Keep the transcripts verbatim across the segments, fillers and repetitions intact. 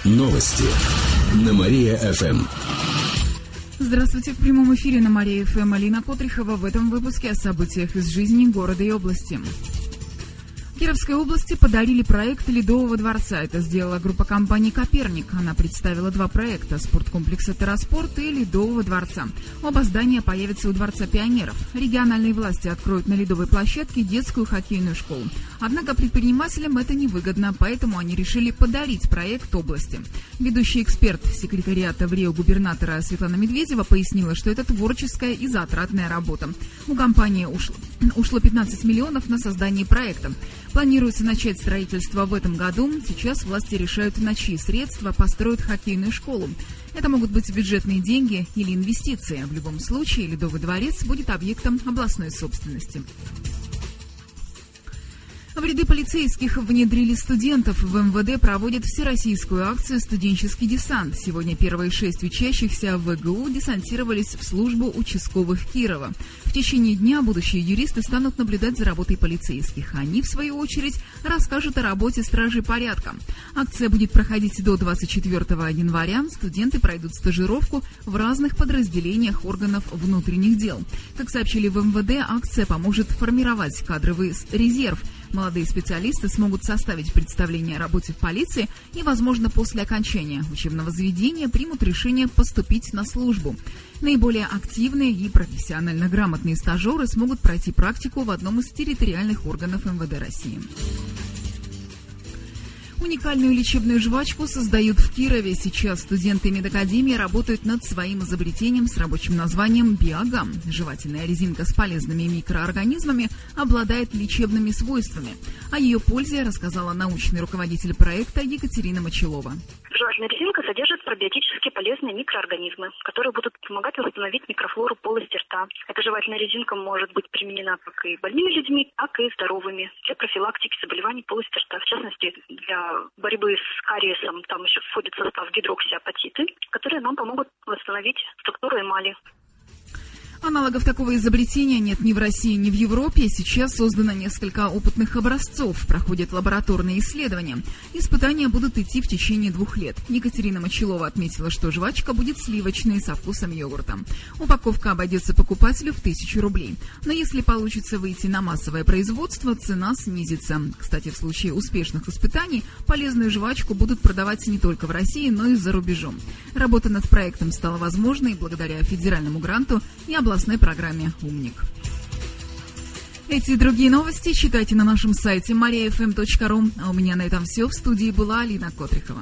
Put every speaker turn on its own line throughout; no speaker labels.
Новости на Мария-ФМ.
Здравствуйте, в прямом эфире на Мария-ФМ Алина Котрихова. В этом выпуске о событиях из жизни города и области. В Кировской области подарили проект Ледового дворца. Это сделала группа компаний «Коперник». Она представила два проекта – спорткомплекса «Терраспорт» и Ледового дворца. Оба здания появятся у Дворца пионеров. Региональные власти откроют на ледовой площадке детскую хоккейную школу. Однако предпринимателям это невыгодно, поэтому они решили подарить проект области. Ведущий эксперт секретариата в Рио губернатора Светлана Медведева пояснила, что это творческая и затратная работа. У компании ушло, ушло пятнадцать миллионов на создание проекта. Планируется начать строительство в этом году. Сейчас власти решают, на чьи средства построят хоккейную школу. Это могут быть бюджетные деньги или инвестиции. В любом случае, Ледовый дворец будет объектом областной собственности. В ряды полицейских внедрили студентов. В эм вэ дэ проводят всероссийскую акцию «Студенческий десант». Сегодня первые шесть учащихся в вэ гэ у десантировались в службу участковых Кирова. В течение дня будущие юристы станут наблюдать за работой полицейских. Они, в свою очередь, расскажут о работе стражей порядка. Акция будет проходить до двадцать четвёртого января. Студенты пройдут стажировку в разных подразделениях органов внутренних дел. Как сообщили в эм вэ дэ, акция поможет формировать кадровый резерв. Молодые специалисты смогут составить представление о работе в полиции и, возможно, после окончания учебного заведения примут решение поступить на службу. Наиболее активные и профессионально грамотные стажеры смогут пройти практику в одном из территориальных органов эм вэ дэ России. Уникальную лечебную жвачку создают в Кирове. Сейчас студенты медакадемии работают над своим изобретением с рабочим названием «Биогам». Жевательная резинка с полезными микроорганизмами обладает лечебными свойствами. О ее пользе рассказала научный руководитель проекта Екатерина Мочелова.
Жевательная резинка содержит пробиотически полезные микроорганизмы, которые будут помогать восстановить микрофлору полости рта. Эта жевательная резинка может быть применена как и больными людьми, так и здоровыми для профилактики заболеваний полости рта. В частности, для борьбы с кариесом там еще входит в состав гидроксиапатиты, которые нам помогут восстановить структуру эмали.
Аналогов такого изобретения нет ни в России, ни в Европе. Сейчас создано несколько опытных образцов, проходят лабораторные исследования. Испытания будут идти в течение двух лет. Екатерина Мочелова отметила, что жвачка будет сливочной со вкусом йогурта. Упаковка обойдется покупателю в тысячу рублей. Но если получится выйти на массовое производство, цена снизится. Кстати, в случае успешных испытаний полезную жвачку будут продавать не только в России, но и за рубежом. Работа над проектом стала возможной благодаря федеральному гранту и областному областной программе «Умник». Эти и другие новости читайте на нашем сайте мария эф эм точка ру. А у меня на этом все. В студии была Алина Котрихова.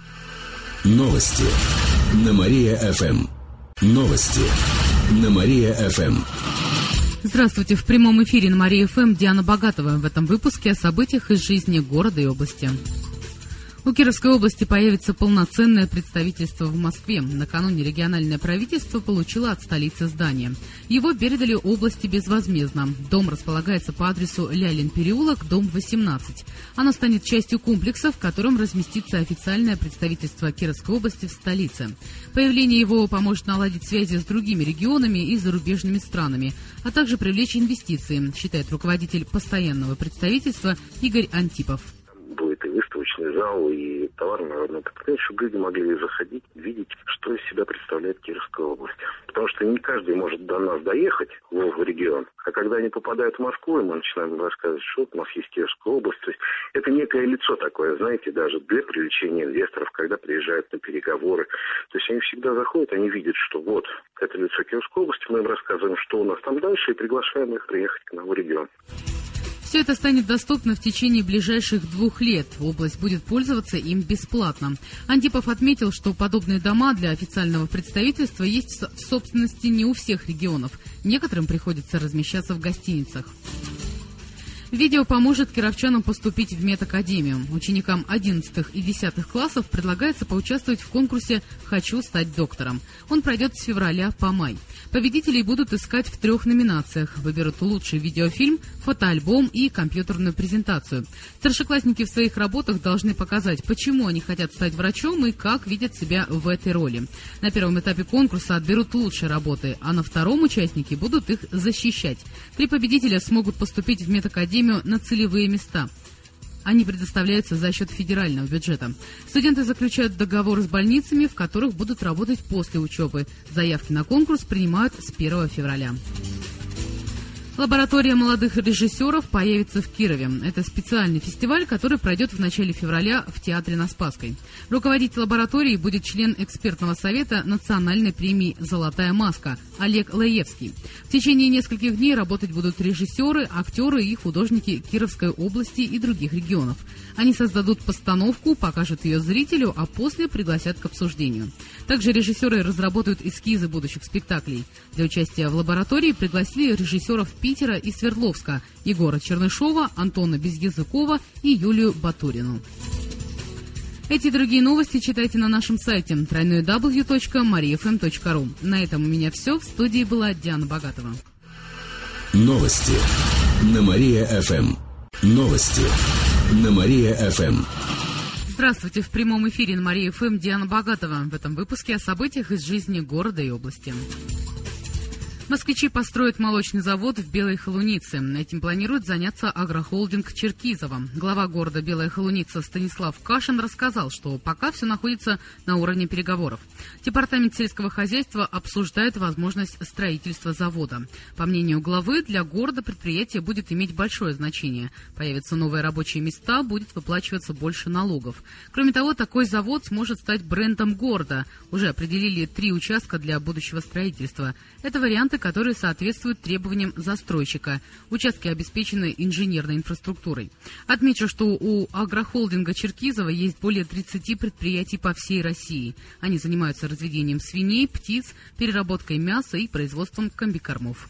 Новости на Мария-ФМ. Новости на Мария-ФМ.
Здравствуйте. В прямом эфире на Мария-ФМ Диана Богатова. В этом выпуске о событиях из жизни города и области. У Кировской области появится полноценное представительство в Москве. Накануне региональное правительство получило от столицы здание. Его передали области безвозмездно. Дом располагается по адресу Лялин переулок, дом восемнадцать. Оно станет частью комплекса, в котором разместится официальное представительство Кировской области в столице. Появление его поможет наладить связи с другими регионами и зарубежными странами, а также привлечь инвестиции, считает руководитель постоянного представительства Игорь Антипов.
Будет и выставочный зал, и товарно-народное потребление, чтобы люди могли заходить, видеть, что из себя представляет Кировская область. Потому что не каждый может до нас доехать в регион. А когда они попадают в Москву, и мы начинаем рассказывать, что у нас есть Кировская область. То есть это некое лицо такое, знаете, даже для привлечения инвесторов, когда приезжают на переговоры. То есть они всегда заходят, они видят, что вот это лицо Кировской области, мы им рассказываем, что у нас там дальше, и приглашаем их приехать к нам в регион.
Все это станет доступно в течение ближайших двух лет. Область будет пользоваться им бесплатно. Антипов отметил, что подобные дома для официального представительства есть в собственности не у всех регионов. Некоторым приходится размещаться в гостиницах. Видео поможет кировчанам поступить в медакадемию. Ученикам одиннадцатых и десятых классов предлагается поучаствовать в конкурсе «Хочу стать доктором». Он пройдет с февраля по май. Победителей будут искать в трех номинациях. Выберут лучший видеофильм, фотоальбом и компьютерную презентацию. Старшеклассники в своих работах должны показать, почему они хотят стать врачом и как видят себя в этой роли. На первом этапе конкурса отберут лучшие работы, а на втором участники будут их защищать. Три победителя смогут поступить в медакадемию на целевые места. Они предоставляются за счет федерального бюджета. Студенты заключают договоры с больницами, в которых будут работать после учебы. Заявки на конкурс принимают с первого февраля. Лаборатория молодых режиссеров появится в Кирове. Это специальный фестиваль, который пройдет в начале февраля в Театре на Спасской. Руководитель лаборатории будет член экспертного совета национальной премии «Золотая маска» Олег Лаевский. В течение нескольких дней работать будут режиссеры, актеры и художники Кировской области и других регионов. Они создадут постановку, покажут ее зрителю, а после пригласят к обсуждению. Также режиссеры разработают эскизы будущих спектаклей. Для участия в лаборатории пригласили режиссеров Питера и Свердловска Егора Чернышова, Антона Безязыкова и Юлию Батурину. Эти и другие новости читайте на нашем сайте дабл ю дабл ю дабл ю точка мария эф эм точка ру. На этом у меня все. В студии была Диана Богатова.
Новости на Мария-ФМ. Новости на Мария-ФМ.
Здравствуйте, в прямом эфире на Мария-ФМ Диана Богатова. В этом выпуске о событиях из жизни города и области. Москвичи построят молочный завод в Белой Холунице. Этим планирует заняться агрохолдинг Черкизово. Глава города Белая Холуница Станислав Кашин рассказал, что пока все находится на уровне переговоров. Департамент сельского хозяйства обсуждает возможность строительства завода. По мнению главы, для города предприятие будет иметь большое значение. Появятся новые рабочие места, будет выплачиваться больше налогов. Кроме того, такой завод сможет стать брендом города. Уже определили три участка для будущего строительства. Это варианты, которые соответствуют требованиям застройщика. Участки обеспечены инженерной инфраструктурой. Отмечу, что у агрохолдинга Черкизово есть более тридцати предприятий по всей России. Они занимаются разведением свиней, птиц, переработкой мяса и производством комбикормов.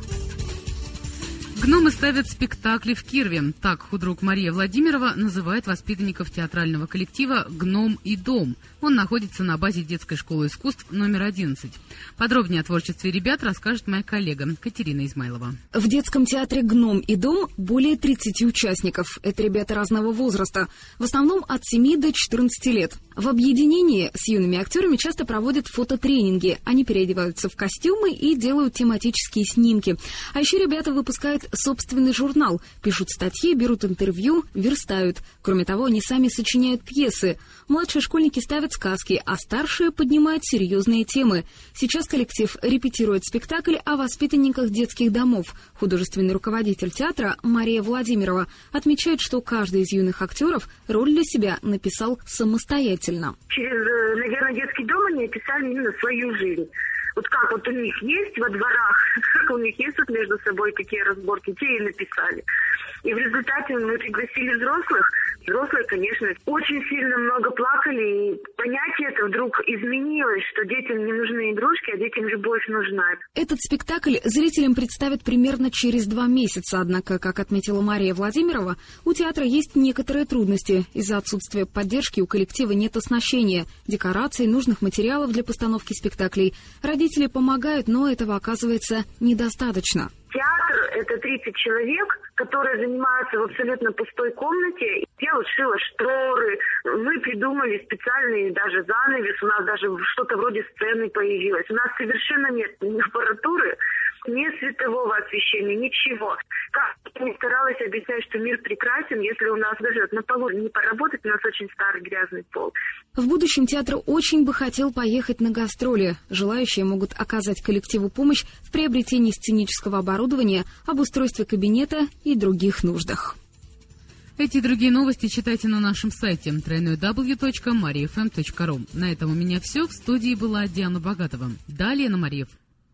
Гномы ставят спектакли в Кирове. Так худрук Мария Владимирова называет воспитанников театрального коллектива «Гном и дом». Он находится на базе детской школы искусств номер одиннадцать. Подробнее о творчестве ребят расскажет моя коллега Катерина Измайлова.
В детском театре «Гном и дом» более тридцати участников. Это ребята разного возраста, в основном от семи до четырнадцати лет. В объединении с юными актерами часто проводят фототренинги. Они переодеваются в костюмы и делают тематические снимки. А еще ребята выпускают собственный журнал, пишут статьи, берут интервью, верстают. Кроме того, они сами сочиняют пьесы. Младшие школьники ставят сказки, а старшие поднимают серьезные темы. Сейчас коллектив репетирует спектакль о воспитанниках детских домов. Художественный руководитель театра Мария Владимирова отмечает, что каждый из юных актеров роль для себя написал самостоятельно.
Через, наверное, детский дом они описали именно свою жизнь. Вот как вот у них есть во дворах, как у них есть вот между собой какие разборки, те и написали. И в результате мы пригласили взрослых. Взрослые, конечно, очень сильно много плакали, и понятие это вдруг изменилось, что детям не нужны игрушки, а детям любовь нужна.
Этот спектакль зрителям представят примерно через два месяца, однако, как отметила Мария Владимирова, у театра есть некоторые трудности. Из-за отсутствия поддержки у коллектива нет оснащения, декораций, нужных материалов для постановки спектаклей. Родители помогают, но этого оказывается недостаточно.
Театр – это тридцать человек, которые занимаются в абсолютно пустой комнате. Я вот шила шторы, мы придумали специальный даже занавес, у нас даже что-то вроде сцены появилось. У нас совершенно нет ни аппаратуры, ни светового освещения, ничего. Как я не старалась объяснять, что мир прекрасен, если у нас даже на полу не поработать, у нас очень старый грязный пол.
В будущем театр очень бы хотел поехать на гастроли. Желающие могут оказать коллективу помощь в приобретении сценического оборудования, обустройстве кабинета и других нуждах.
Эти и другие новости читайте на нашем сайте дабл ю дабл ю дабл ю точка мария эф эм точка ру. На этом у меня все. В студии была Диана Богатова. Далее на Мария.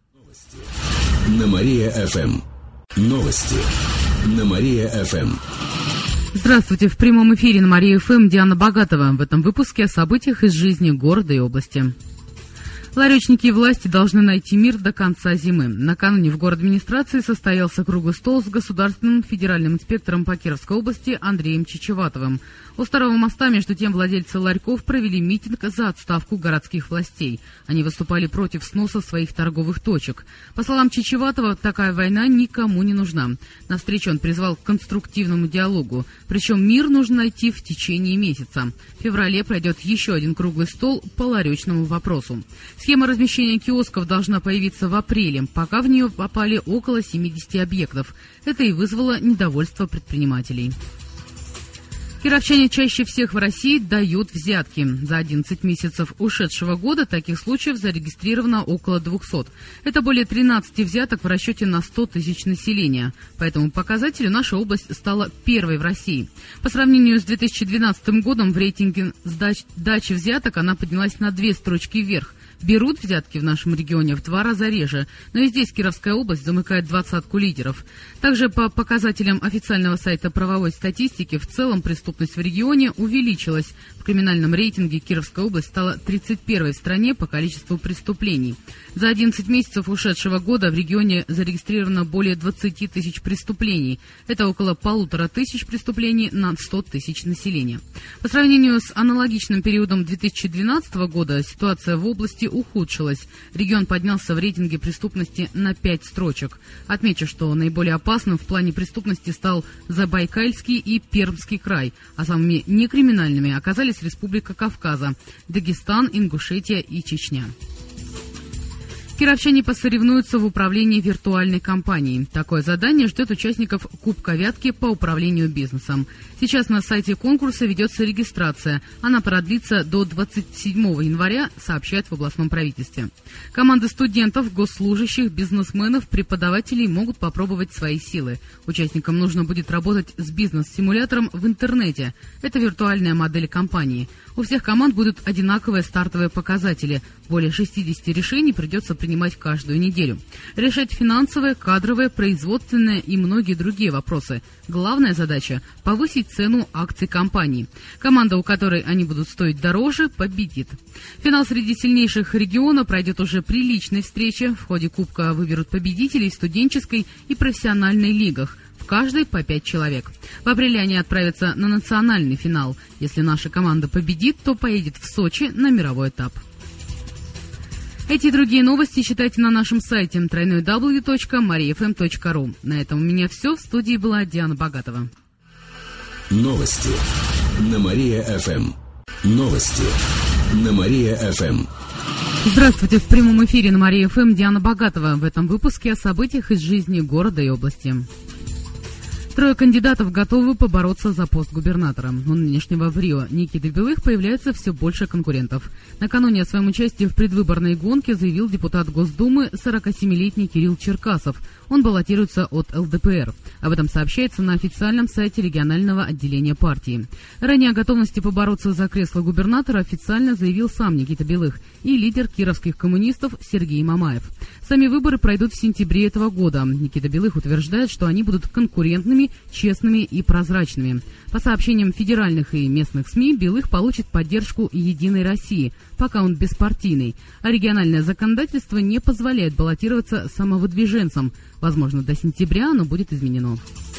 На Мария-ФМ. Новости на Мария-ФМ.
Здравствуйте, в прямом эфире на Мария-ФМ Диана Богатова. В этом выпуске о событиях из жизни города и области. Ларечники и власти должны найти мир до конца зимы. Накануне в городадминистрации состоялся круглый стол с государственным федеральным инспектором по Кировской области Андреем Чечеватовым. У Старого моста, между тем, владельцы ларьков провели митинг за отставку городских властей. Они выступали против сноса своих торговых точек. По словам Чечеватова, такая война никому не нужна. На встрече он призвал к конструктивному диалогу. Причем мир нужно найти в течение месяца. В феврале пройдет еще один круглый стол по ларечному вопросу. Схема размещения киосков должна появиться в апреле, пока в нее попали около семидесяти объектов. Это и вызвало недовольство предпринимателей. Кировчане чаще всех в России дают взятки. За одиннадцать месяцев ушедшего года таких случаев зарегистрировано около двухсот. Это более тринадцати взяток в расчете на сто тысяч населения. По этому показателю наша область стала первой в России. По сравнению с две тысячи двенадцатым годом в рейтинге сдач, дачи взяток она поднялась на две строчки вверх. Берут взятки в нашем регионе в два раза реже, но и здесь Кировская область замыкает двадцатку лидеров. Также по показателям официального сайта правовой статистики в целом преступность в регионе увеличилась. В криминальном рейтинге Кировская область стала тридцать первой в стране по количеству преступлений. За одиннадцать месяцев ушедшего года в регионе зарегистрировано более двадцати тысяч преступлений. Это около полутора тысяч преступлений на сто тысяч населения. По сравнению с аналогичным периодом две тысячи двенадцатого года ситуация в области ухудшилась. Регион поднялся в рейтинге преступности на пять строчек. Отмечу, что наиболее опасным в плане преступности стал Забайкальский и Пермский край, а самыми некриминальными оказались Республика Кавказа, Дагестан, Ингушетия и Чечня. Кировчане посоревнуются в управлении виртуальной компанией. Такое задание ждет участников Кубка Вятки по управлению бизнесом. Сейчас на сайте конкурса ведется регистрация. Она продлится до двадцать седьмого января, сообщают в областном правительстве. Команды студентов, госслужащих, бизнесменов, преподавателей могут попробовать свои силы. Участникам нужно будет работать с бизнес-симулятором в интернете. Это виртуальная модель компании. У всех команд будут одинаковые стартовые показатели. Более шестидесяти решений придется принимать каждую неделю. Решать финансовые, кадровые, производственные и многие другие вопросы. Главная задача – повысить цену акций компании. Команда, у которой они будут стоить дороже, победит. Финал среди сильнейших региона пройдет уже при личной встрече. В ходе Кубка выберут победителей в студенческой и профессиональной лигах. В каждой по пять человек. В апреле они отправятся на национальный финал. Если наша команда победит, то поедет в Сочи на мировой этап. Эти и другие новости читайте на нашем сайте дабл ю дабл ю дабл ю точка мария эф эм точка ру. На этом у меня все. В студии была Диана Богатова.
Новости на Мария-ФМ. Новости на Мария-ФМ.
Здравствуйте, в прямом эфире на Мария-ФМ Диана Богатова. В этом выпуске о событиях из жизни города и области. Трое кандидатов готовы побороться за пост губернатора. У нынешнего в Рио Никиты Белых появляется все больше конкурентов. Накануне о своем участии в предвыборной гонке заявил депутат Госдумы сорокасемилетний Кирилл Черкасов. Он баллотируется от эл дэ пэ эр. Об этом сообщается на официальном сайте регионального отделения партии. Ранее о готовности побороться за кресло губернатора официально заявил сам Никита Белых и лидер кировских коммунистов Сергей Мамаев. Сами выборы пройдут в сентябре этого года. Никита Белых утверждает, что они будут конкурентными, честными и прозрачными. По сообщениям федеральных и местных СМИ, Белых получит поддержку «Единой России», пока он беспартийный. А региональное законодательство не позволяет баллотироваться самовыдвиженцам. Возможно, до сентября оно будет изменено.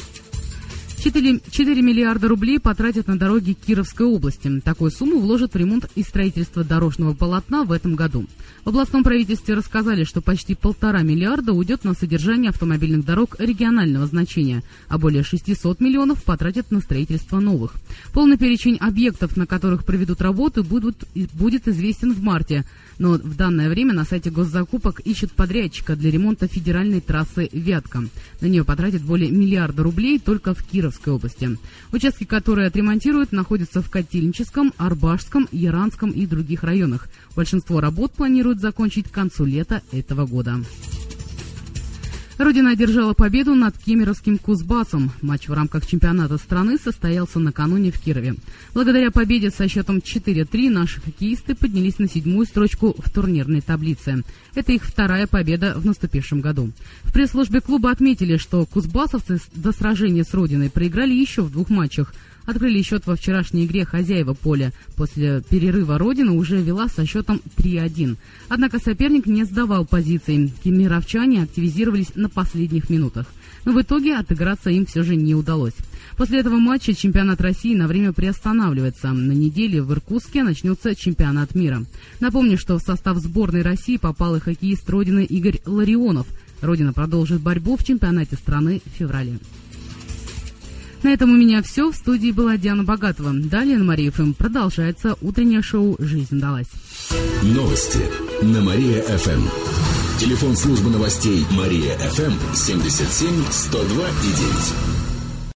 четыре миллиарда рублей потратят на дороги Кировской области. Такую сумму вложат в ремонт и строительство дорожного полотна в этом году. В областном правительстве рассказали, что почти полтора миллиарда уйдет на содержание автомобильных дорог регионального значения, а более шестисот миллионов потратят на строительство новых. Полный перечень объектов, на которых проведут работы, будут, будет известен в марте. Но в данное время на сайте госзакупок ищут подрядчика для ремонта федеральной трассы Вятка. На нее потратят более миллиарда рублей только в Кировской области. Участки, которые отремонтируют, находятся в Котельническом, Арбашском, Яранском и других районах. Большинство работ планируют закончить к концу лета этого года. Родина одержала победу над кемеровским Кузбассом. Матч в рамках чемпионата страны состоялся накануне в Кирове. Благодаря победе со счетом четыре три наши хоккеисты поднялись на седьмую строчку в турнирной таблице. Это их вторая победа в наступившем году. В пресс-службе клуба отметили, что кузбассовцы до сражения с Родиной проиграли еще в двух матчах. Открыли счет во вчерашней игре хозяева поля. После перерыва Родина уже вела со счетом три один. Однако соперник не сдавал позиций. Кемеровчане активизировались на последних минутах. Но в итоге отыграться им все же не удалось. После этого матча чемпионат России на время приостанавливается. На неделе в Иркутске начнется чемпионат мира. Напомню, что в состав сборной России попал и хоккеист Родины Игорь Ларионов. Родина продолжит борьбу в чемпионате страны в феврале. На этом у меня все. В студии была Диана Богатова. Далее на Мария-ФМ продолжается утреннее шоу «Жизнь далась».
Новости на Мария-ФМ. Телефон службы новостей Мария-ФМ семьдесят семь сто два и девять.